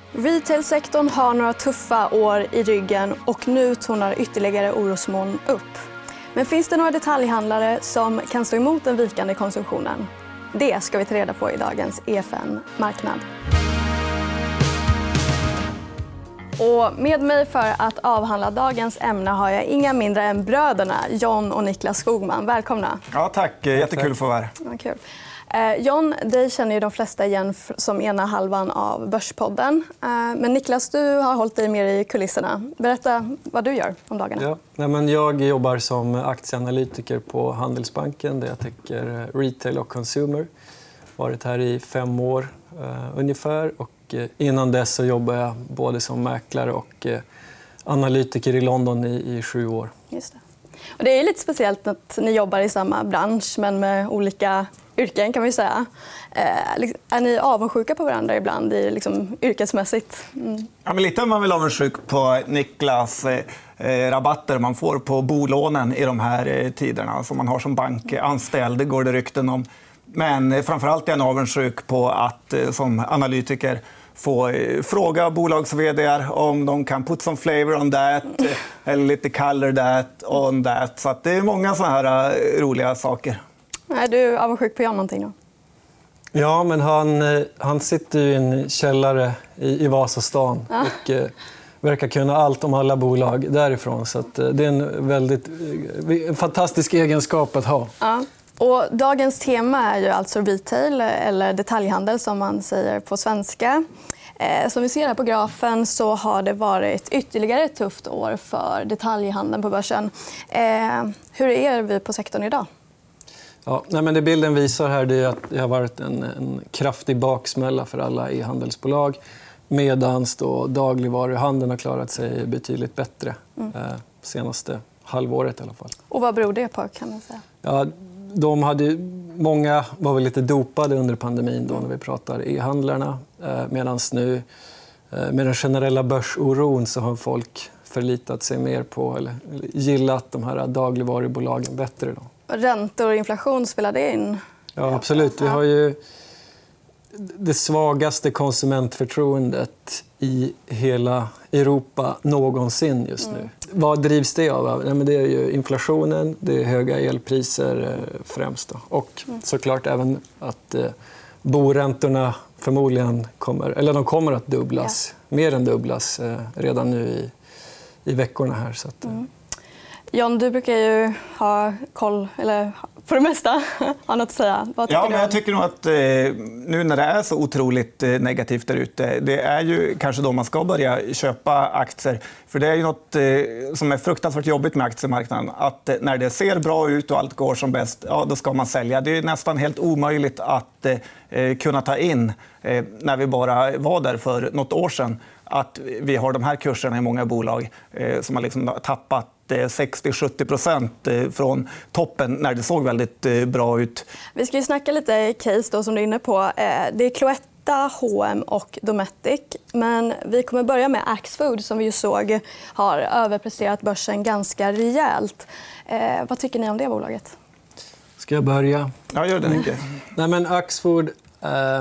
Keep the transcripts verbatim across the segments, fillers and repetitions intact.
Retailsektorn har några tuffa år i ryggen och nu tonar ytterligare orosmoln upp. Men finns det några detaljhandlare som kan stå emot den vikande konsumtionen? Det ska vi ta reda på i dagens E F N-marknad. Och med mig för att avhandla dagens ämne har jag inga mindre än bröderna John och Niklas Skogman. Välkomna. Ja, tack. Jättekul att få vara här. Ja, kul. Eh, John, dig känner ju de flesta igen som ena halvan av Börspodden. Eh, men Niklas, du har hållit dig mer i kulisserna. Berätta vad du gör om dagarna. Ja, nej, men jag jobbar som aktieanalytiker på Handelsbanken där jag täcker retail och consumer. Varit här i fem år eh, ungefär. Och, eh, innan dess så jobbar jag både som mäklare och eh, analytiker i London i, i sju år. Just det. Och det är lite speciellt att ni jobbar i samma bransch men med olika yrken kan vi säga. Eh, är ni avundsjuka på varandra ibland i, liksom, yrkesmässigt? Mm. Ja, men lite är man väl avundsjuk på Niklas eh, rabatter man får på bolånen i de här eh, tiderna som man har som bankanställd. Det går det rykten om. Men framförallt är jag avundsjuk på att eh, som analytiker få eh, fråga bolags-vd:ar om de kan put some flavor on that eh, eller lite color that on that. Så att det är många såna här eh, roliga saker. Är du avundsjuk på John någonting då? Ja, men han, han sitter i en källare i, i Vasastan ja. och eh, verkar kunna allt om alla bolag därifrån. Så att, eh, det är en väldigt en fantastisk egenskap att ha. Ja. Och dagens tema är ju alltså retail, eller detaljhandel som man säger på svenska. Eh, som vi ser här på grafen så har det varit ytterligare ett tufft år för detaljhandeln på börsen. Eh, hur är vi på sektorn idag? Ja, nej, men det bilden visar här är att det har varit en, en kraftig baksmälla för alla e-handelsbolag medan dagligvaruhandeln har klarat sig betydligt bättre mm. eh, senaste halvåret i alla fall. Och vad beror det på kan man säga? Ja, de hade, många var väl lite dopade under pandemin då, när vi pratar e-handlarna eh, medan nu eh, med den generella börsoron så har folk förlitat sig mer på eller gillat de här dagligvarubolagen bättre då. Räntor och inflation spelade in? Ja, absolut. Vi har ju det svagaste konsumentförtroendet i hela Europa någonsin just nu. Mm. Vad drivs det av? Nej, men det är ju inflationen, det är höga elpriser främst. Då. Och såklart även att eh, boräntorna förmodligen kommer, eller de kommer att dubblas, ja. mer än dubblas eh, redan nu i, i veckorna här. Så att, eh. mm. John, du brukar ju ha koll eller på det mesta. Har något att säga. Vad tycker ja, du? Men jag tycker nog att eh, nu när det är så otroligt eh, negativt där ute, det är ju kanske då man ska börja köpa aktier. För det är ju något eh, som är fruktansvärt jobbigt med aktiemarknaden. Att eh, när det ser bra ut och allt går som bäst, ja, då ska man sälja. Det är nästan helt omöjligt att eh, kunna ta in eh, när vi bara var där för något år sedan. Att vi har de här kurserna i många bolag eh, som har liksom tappat sextio till sjuttio procent från toppen när det såg väldigt bra ut. Vi ska ju snacka lite case då, som du är inne på. Det är Cloetta, H och M och Dometic. Men vi kommer börja med Axfood som vi ju såg har överpresterat börsen ganska rejält. Eh, vad tycker ni om det bolaget? Ska jag börja? Ja, gör det. Mm. Nej, men Axfood... Eh...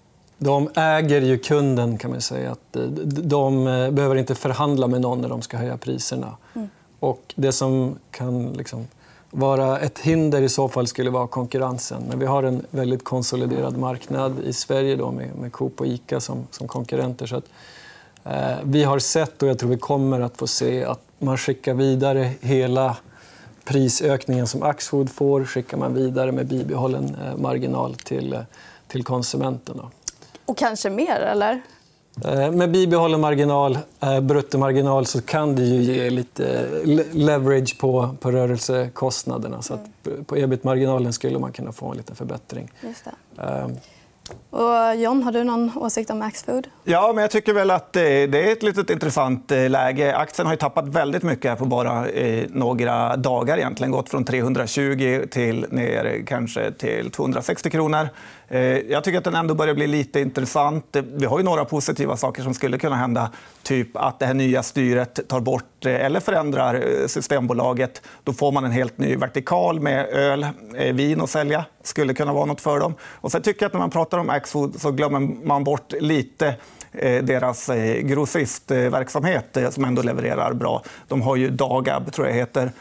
De äger ju kunden kan man säga. Att de behöver inte förhandla med någon när de ska höja priserna. Mm. Och det som kan liksom vara ett hinder i så fall skulle vara konkurrensen. Men vi har en väldigt konsoliderad marknad i Sverige då med, med Coop och ICA som, som konkurrenter. Så att, eh, vi har sett och jag tror vi kommer att få se att man skickar vidare hela prisökningen som Axfood får. Skickar man vidare med bibehållen eh, marginal till, eh, till konsumenterna. Och kanske mer, eller? Med bibehållen marginal, bruttomarginal, så kan det ju ge lite leverage på, på rörelsekostnaderna. Så att på ebit-marginalen skulle man kunna få en liten förbättring. Just det. Um. Och John, har du någon åsikt om Axfood? Ja, men jag tycker väl att det är ett litet intressant läge. Aktien har ju tappat väldigt mycket på bara några dagar egentligen. Gått från trehundratjugo till ner kanske till tvåhundrasextio kronor. Jag tycker att den ändå börjar bli lite intressant. Vi har ju några positiva saker som skulle kunna hända. Typ att det här nya styret tar bort eller förändrar Systembolaget. Då får man en helt ny vertikal med öl, vin att sälja. Skulle kunna vara något för dem. Och så tycker jag att när man pratar om Axfood så glömmer man bort lite deras grossistverksamhet som ändå levererar bra. De har ju Dagab, tror jag heter,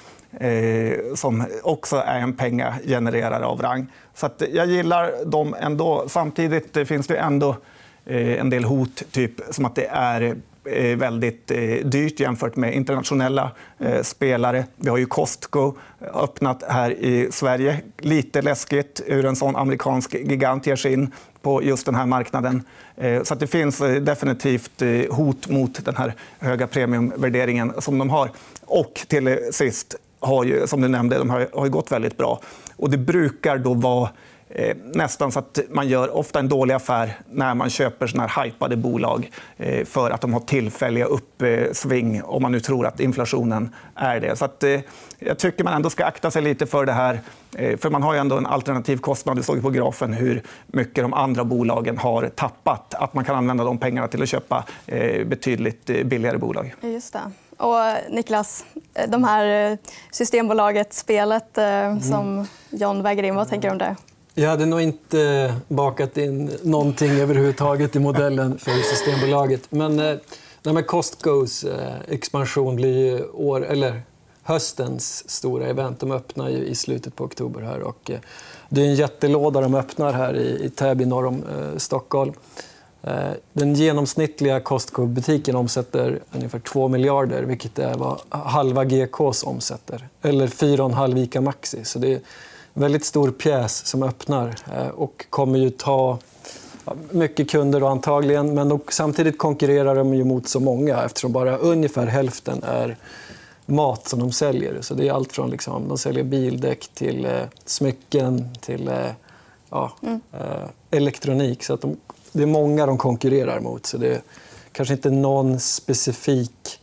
som också är en pengagenererare av rang. Så att jag gillar dem ändå. Samtidigt finns det ändå en del hot, typ som att det är väldigt dyrt jämfört med internationella spelare. Vi har ju Costco öppnat här i Sverige. Lite läskigt hur en sån amerikansk gigant ger sig in på just den här marknaden. Så att det finns definitivt hot mot den här höga premiumvärderingen som de har. Och till sist har ju, som du nämnde, de har, har ju gått väldigt bra. Och det brukar då vara Eh, nästan så att man gör ofta en dålig affär när man köper såna här hypade bolag eh, för att de har tillfälliga uppsving, om man nu tror att inflationen är det. Så att, eh, jag tycker man ändå ska akta sig lite för det här. Eh, för man har ju ändå en alternativ kostnad. Du såg på grafen hur mycket de andra bolagen har tappat. Att man kan använda de pengarna till att köpa eh, betydligt eh, billigare bolag. Just det. Och Niklas, de här Systembolaget-spelet eh, som John väger in, vad tänker du om det? Jag hade nog inte bakat in någonting överhuvudtaget i modellen för Systembolaget. Men eh, när med Costcos eh, expansion blir ju år, eller höstens stora event. De öppnar ju i slutet på oktober här. Och, eh, det är en jättelåda de öppnar här i, i Täby norr om eh, Stockholm. Eh, den genomsnittliga Costco-butiken omsätter ungefär två miljarder, vilket är vad halva G K:s omsätter. Eller fyra och en halv Ica Maxi. Så det är väldigt stor pjäs som öppnar och kommer ju ta mycket kunder då antagligen, men de, samtidigt konkurrerar de ju mot så många eftersom bara ungefär hälften är mat som de säljer. Så det är allt från liksom, de säljer bildäck till eh, smycken till eh, ja, mm. eh, elektronik. Så att de, det är många de konkurrerar mot. Så det är kanske inte någon specifik,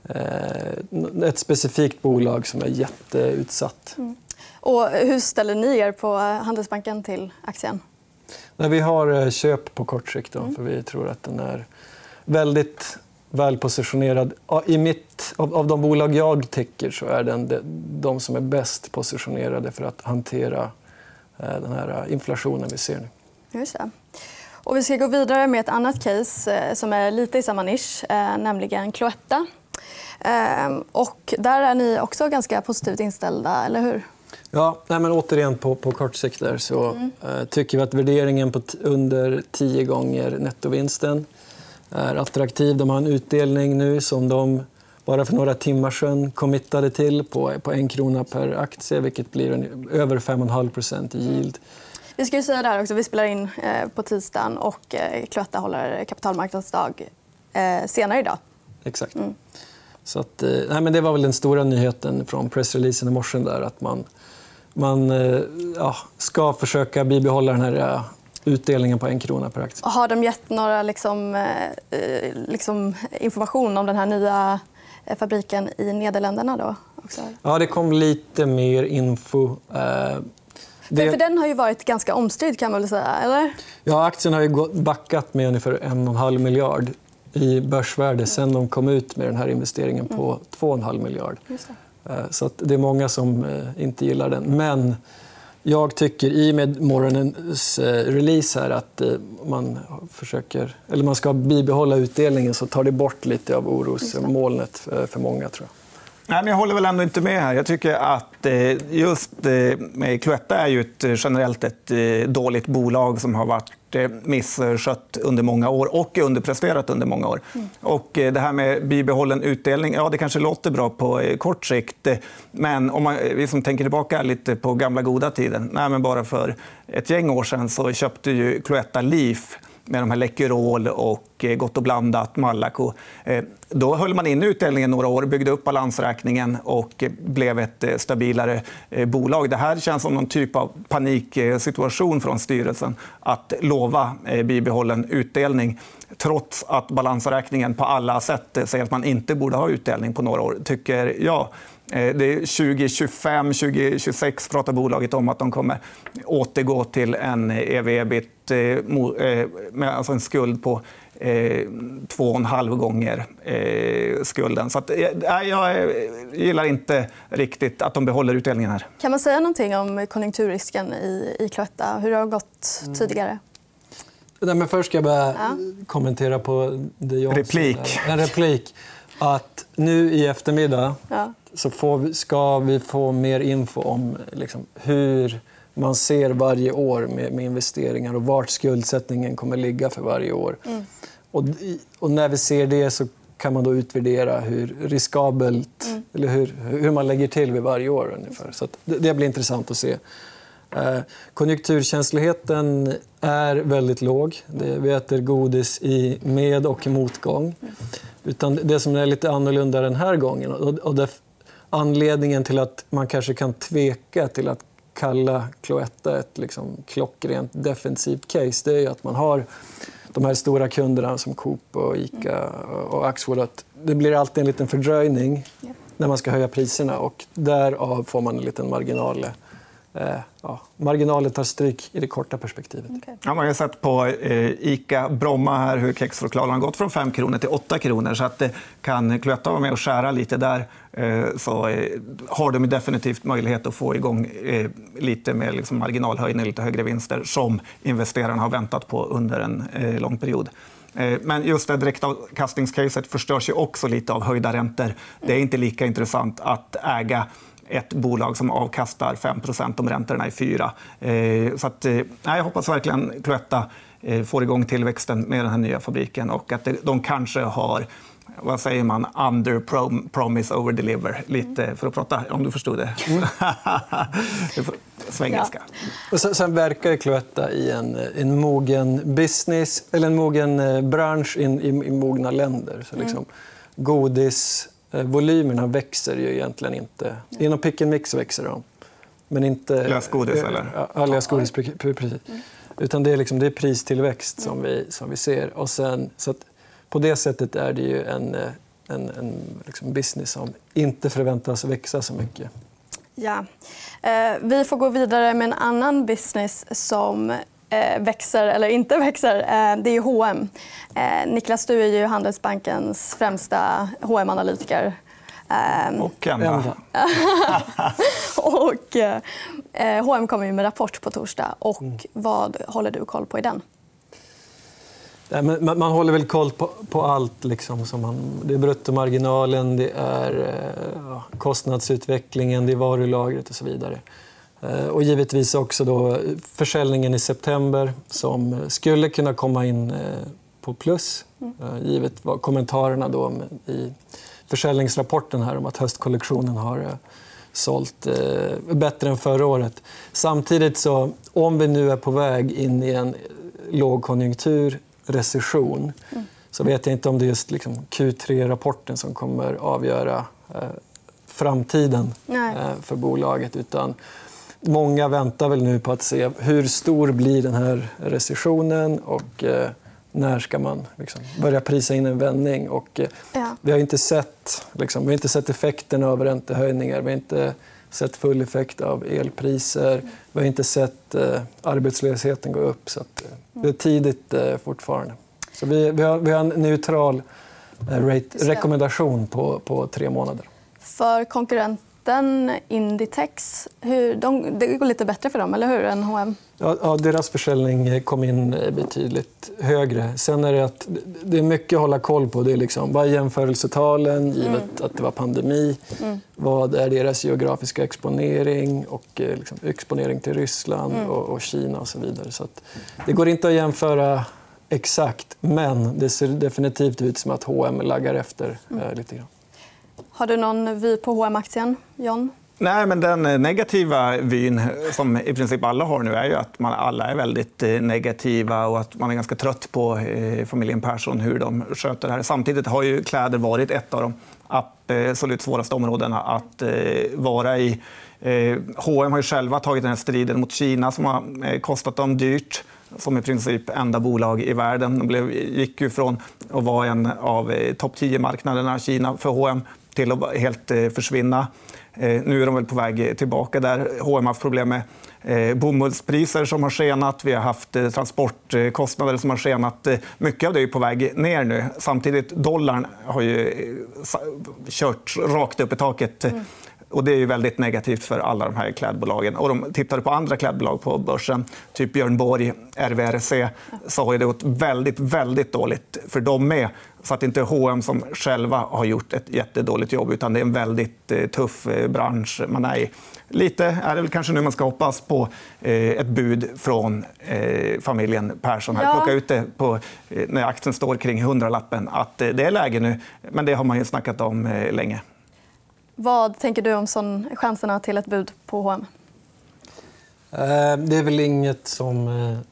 eh, ett specifikt bolag som är jätteutsatt. Mm. Och hur ställer ni er på Handelsbanken till aktien? Nej, vi har köp på kort sikt, då, för vi tror att den är väldigt välpositionerad. I mitt, av, av de bolag jag täcker så är den de, de som är bäst positionerade för att hantera eh, den här inflationen vi ser nu. Just det. Och vi ska gå vidare med ett annat case eh, som är lite i samma nisch, eh, nämligen Cloetta. Eh, och där är ni också ganska positivt inställda, eller hur? Ja, nej, men återigen på, på kort sikt där så mm. eh, tycker vi att värderingen på t- under tio gånger nettovinsten är attraktiv. De har en utdelning nu som de bara för några timmar sedan committade till på, på en krona per aktie, vilket blir en, över fem komma fem procent i yield. Mm. Vi ska ju säga det här också. Vi spelar in eh, på tisdagen och eh, Cloetta håller kapitalmarknadsdag eh, senare idag. Exakt. Mm. Så att, eh, nej, men det var väl den stora nyheten från pressreleasen i morse där, att man Man ja, ska försöka bibehålla den här utdelningen på en krona per aktie. Har de gett några liksom, liksom information om den här nya fabriken i Nederländerna då också? Ja, det kom lite mer info. Det... För den har ju varit ganska omstridd, kan man väl säga, eller? Ja, aktien har ju backat med ungefär en och en halv miljard i börsvärde sen de kom ut med den här investeringen på mm. två och en halv miljard. Just det. Så att det är många som inte gillar den. Men jag tycker i med morgonens release här att man försöker, eller man ska bibehålla utdelningen, så tar det bort lite av orosmolnet för många, tror jag. Nej, men jag håller väl ändå inte med här. Jag tycker att just med Cloetta är ju ett, generellt ett dåligt bolag som har varit misskött under många år och underpresterat under många år. Mm. Och det här med bibehållen utdelning, ja, det kanske låter bra på kort sikt. Men om man, vi som tänker tillbaka lite på gamla goda tiden, nej, men bara för ett gäng år sedan så köpte ju Cloetta Leaf med de här Läkerol och Gott och blandat, Malaco. Då höll man in utdelningen några år, byggde upp balansräkningen och blev ett stabilare bolag. Det här känns som någon typ av paniksituation från styrelsen att lova bibehållen utdelning trots att balansräkningen på alla sätt säger att man inte borde ha utdelning på några år, tycker jag. Det är tjugo tjugofem tjugo tjugosex pratar bolaget om att de kommer återgå till en E V-ebit med alltså en skuld på två och en halv gånger skulden. Så att, jag gillar inte riktigt att de behåller utdelningen här. Kan man säga någonting om konjunkturrisken i, i Cloetta? Hur har det gått tidigare? Nej, men först ska jag bara ja. kommentera på det jag replik. En replik. Att nu i eftermiddag ja. så får vi, ska vi få mer info om liksom, hur man ser varje år med, med investeringar och vart skuldsättningen kommer ligga för varje år. Mm. Och, och när vi ser det så kan man då utvärdera hur riskabelt mm. eller hur, hur man lägger till vid varje år ungefär. Så att det, det blir intressant att se. Eh, konjunkturkänsligheten är väldigt låg. Det, vi äter godis i med- och motgång. Mm. Utan det som är lite annorlunda den här gången och, och det, anledningen till att man kanske kan tveka till att kalla Cloetta ett liksom klockrent defensivt case, det är att man har de här stora kunderna som Coop och Ica och Axfood. Att det blir alltid en liten fördröjning yeah. när man ska höja priserna och därav får man en liten marginal. Eh, ja, marginalen tar stryk i det korta perspektivet. Okay. Ja, man har sett på eh, Ica Bromma här hur kexchokladen har gått från fem kronor till åtta kronor. Så att det kan Cloetta vara med och skära lite där eh, så eh, har de definitivt möjlighet att få igång eh, lite mer liksom, marginalhöjning, lite högre vinster som investerarna har väntat på under en eh, lång period. Men just det direktavkastningscaset förstörs ju också lite av höjda räntor. Det är inte lika intressant att äga ett bolag som avkastar fem procent om räntorna är fyra. Så att, nej, jag hoppas verkligen Cloetta får igång tillväxten med den här nya fabriken och att de kanske har, vad säger man, under promise over deliver lite för att prata, om du förstod det. Mm. Svengelska. Ja. Och sen, sen verkar Cloetta i en, en mogen business eller en mogen bransch in, i, i mogna länder. Så liksom, mm. godis volymerna växer ju egentligen inte. Ja. Inom pick and mix växer de. Men inte lösgodis eller? Ja, lösgodis precis. Mm. Utan det är liksom det är pristillväxt som vi som vi ser och sen så att på det sättet är det ju en en en liksom business som inte förväntas växa så mycket. Ja. Eh, vi får gå vidare med en annan business som eh, växer eller inte växer. Eh, det är H och M. Eh, Niklas, du är ju Handelsbankens främsta H och M-analytiker. Eh, och enda. och eh, H och M kommer ju med rapport på torsdag. Och mm. vad håller du koll på i den? Ja, men man, man håller väl koll på, på allt. Liksom, som man, det är bruttomarginalen, det är eh, kostnadsutvecklingen, det är varulagret och så vidare. Eh, och givetvis också då försäljningen i september som skulle kunna komma in eh, på plus. Mm. Eh, givet vad kommentarerna då i försäljningsrapporten här om att höstkollektionen har eh, sålt eh, bättre än förra året. Samtidigt så, om vi nu är på väg in i en lågkonjunktur, recession, mm. så vet jag inte om det är just liksom Q tre-rapporten som kommer avgöra eh, framtiden eh, för bolaget. Utan många väntar väl nu på att se hur stor blir den här recessionen och eh, när ska man liksom börja prisa in en vändning. Och, eh, ja. vi, har inte sett, liksom, vi har inte sett effekterna av räntehöjningar. Vi har inte sett full effekt av elpriser. Vi har inte sett eh, arbetslösheten gå upp. Så att, eh, det är tidigt eh, fortfarande. Så vi, vi, har, vi har en neutral eh, rate, rekommendation på, på tre månader. För konkurrenten Inditex, hur, de, det går lite bättre för dem, eller hur, än H och M? Ja, ja, deras försäljning kom in betydligt högre. Sen är det att det är mycket att hålla koll på. Det är liksom, vad är jämförelsetalen givet mm. att det var pandemi? Mm. Vad är deras geografiska exponering och liksom, exponering till Ryssland mm. och, och Kina och så vidare. Så att, det går inte att jämföra exakt, men det ser definitivt ut som att H och M laggar efter mm. eh, lite grann. Har du någon vy på H och M-aktien, John? Nej, men den negativa vyn som i princip alla har nu är ju att man alla är väldigt negativa och att man är ganska trött på familjen Persson, hur de sköter det här. Samtidigt har ju kläder varit ett av de absolut svåraste områdena att vara i. H och M har ju själva tagit den här striden mot Kina som har kostat dem dyrt, som i princip enda bolag i världen. De blev, gick ju från att vara en av topp tio-marknaderna, Kina, för H och M till att helt försvinna. Nu är de väl på väg tillbaka där. H och M har haft problem med bomullspriser som har skenat. Vi har haft transportkostnader som har skenat. Mycket av det är på väg ner nu. Samtidigt dollarn har ju kört rakt upp i taket. Mm. Och det är ju väldigt negativt för alla de här klädbolagen. Och de tittar på andra klädbolag på börsen, typ Björn Borg, R V R C, så har det gått väldigt, väldigt dåligt för dem med. Så att det inte är H och M som själva har gjort ett jättedåligt jobb, utan det är en väldigt eh, tuff eh, bransch man är i. Lite är det väl kanske nu man ska hoppas på eh, ett bud från eh, familjen Persson. Här. Ja. Plocka ut det på, eh, när aktien står kring hundralappen, att eh, det är läge nu. Men det har man ju snackat om eh, länge. Vad tänker du om sån, chanserna till ett bud på H och M? Det är väl inget som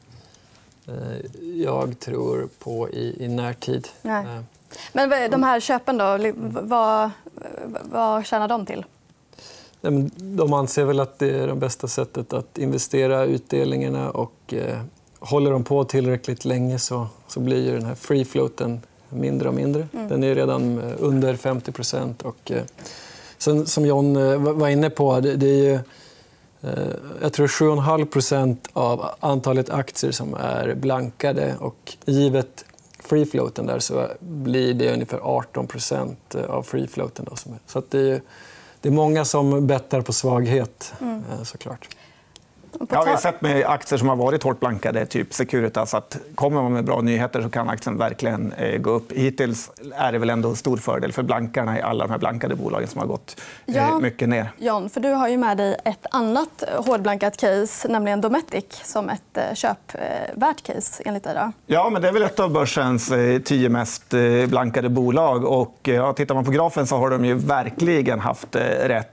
jag tror på i, i närtid. Nej. Men de här köpen då, vad, vad tjänar de till? De anser väl att det är det bästa sättet att investera utdelningarna, och eh, håller de på tillräckligt länge så, så blir ju den här free floaten mindre och mindre. Mm. Den är redan under femtio procent. Och, eh, sen, som John eh, var inne på, det, det är ju, eh, jag tror sju komma fem procent av antalet aktier som är blankade, och givet free floaten där så blir det ungefär arton procent av free floaten. Då, som är. Så att det är Det är många som bettar på svaghet, mm. såklart. Ja, vi har sett med aktier som har varit hårt blankade, typ Securitas, att kommer man med bra nyheter så kan aktien verkligen eh, gå upp. Hittills är det väl ändå en stor fördel för blankarna i alla de här blankade bolagen som har gått eh, ja, mycket ner. John, för du har ju med dig ett annat hårdblankat case, nämligen Dometic, som ett eh, köpvärt case enligt dig. Då. Ja, men det är väl ett av börsens eh, tio mest eh, blankade bolag. Och, ja, tittar man på grafen så har de ju verkligen haft eh, rätt.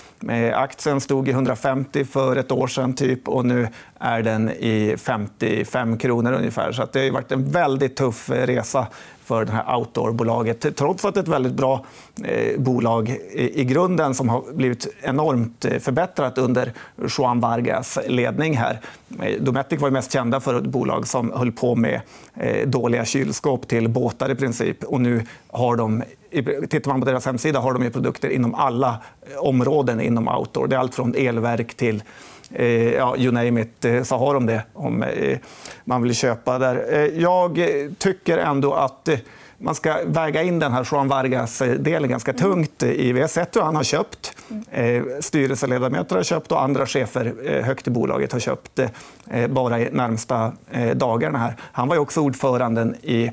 Aktien stod i hundrafemtio för ett år sedan typ, och nu är den i femtiofem kronor ungefär. Så att det har varit en väldigt tuff resa för det här outdoorbolaget. Trots att det är ett väldigt bra eh, bolag i, i grunden som har blivit enormt eh, förbättrat under Juan Vargas ledning här. Dometic var ju mest kända för ett bolag som höll på med eh, dåliga kylskåp till båtar i princip. Och nu har de, tittar man på deras hemsida, har de ju produkter inom alla områden inom outdoor. Det är allt från elverk till Eh, ja, you name it, eh, så har de det om eh, man vill köpa där. Eh, jag tycker ändå att eh, man ska väga in den här Juan Vargas-delen ganska tungt. I V S ett han har köpt, eh, styrelseledamöter har köpt och andra chefer eh, högt i bolaget har köpt eh, bara i närmsta eh, dagarna här. Han var ju också ordföranden i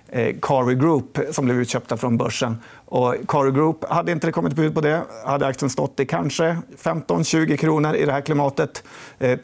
Carry Group som blev utköpta från börsen. Och Carry Group, hade inte det kommit bud på det, hade aktien stått i kanske femton till tjugo kronor i det här klimatet. Eh,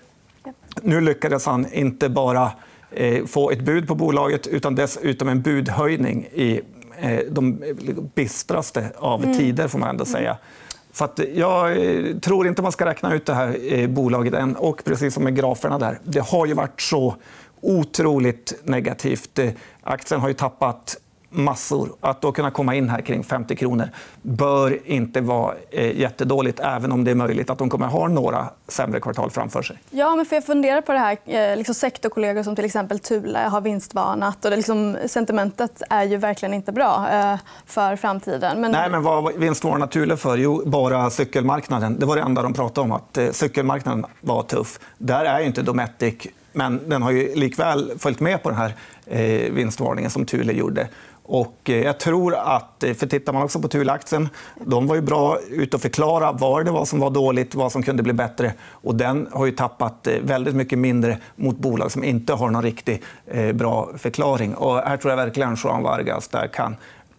nu lyckades han inte bara eh, få ett bud på bolaget utan dessutom en budhöjning i eh, de bistraste av mm. tider, får man ändå säga. Så att jag tror inte man ska räkna ut det här eh, bolaget än. Och precis som med graferna där, det har ju varit så otroligt negativt. Aktien har ju tappat massor. Att då kunna komma in här kring femtio kronor bör inte vara eh, jättedåligt, även om det är möjligt att de kommer ha några sämre kvartal framför sig. Ja, men för jag funderar på det här. Eh, liksom sektorkollegor som till exempel Thule har vinstvarnat. Och det liksom, sentimentet är ju verkligen inte bra eh, för framtiden. Men... Nej, men vad vinstvarnar Thule för? Jo, bara cykelmarknaden. Det var det enda de pratade om, att eh, cykelmarknaden var tuff. Där är ju inte Dometic, men den har ju likväl följt med på den här eh, vinstvarningen som Thule gjorde. Och jag tror att, för tittar man också på Thule-aktien, de var ju bra ut och förklara vad det var som var dåligt, vad som kunde bli bättre. Och den har ju tappat väldigt mycket mindre mot bolag som inte har någon riktigt eh, bra förklaring. Och här tror jag verkligen Juan Vargas där kan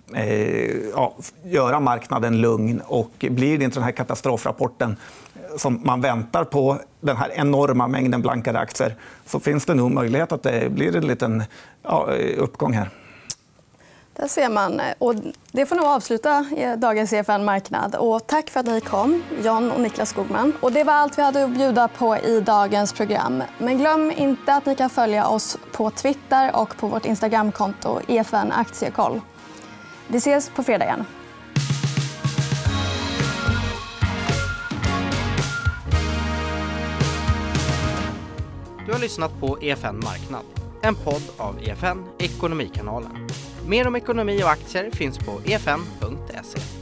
eh, ja, göra marknaden lugn. Och blir det inte den här katastrofrapporten som man väntar på, den här enorma mängden blankade aktier, så finns det nog möjlighet att det blir en liten ja, uppgång här. Där ser man. Och det får nog avsluta dagens E F N-marknad. Och tack för att ni kom, John och Niklas Skogman. Och det var allt vi hade att bjuda på i dagens program. Men glöm inte att ni kan följa oss på Twitter och på vårt Instagramkonto E F N Aktiekoll. Vi ses på fredag igen. Du har lyssnat på E F N Marknad, en podd av E F N Ekonomikanalen. Mer om ekonomi och aktier finns på e f n punkt se.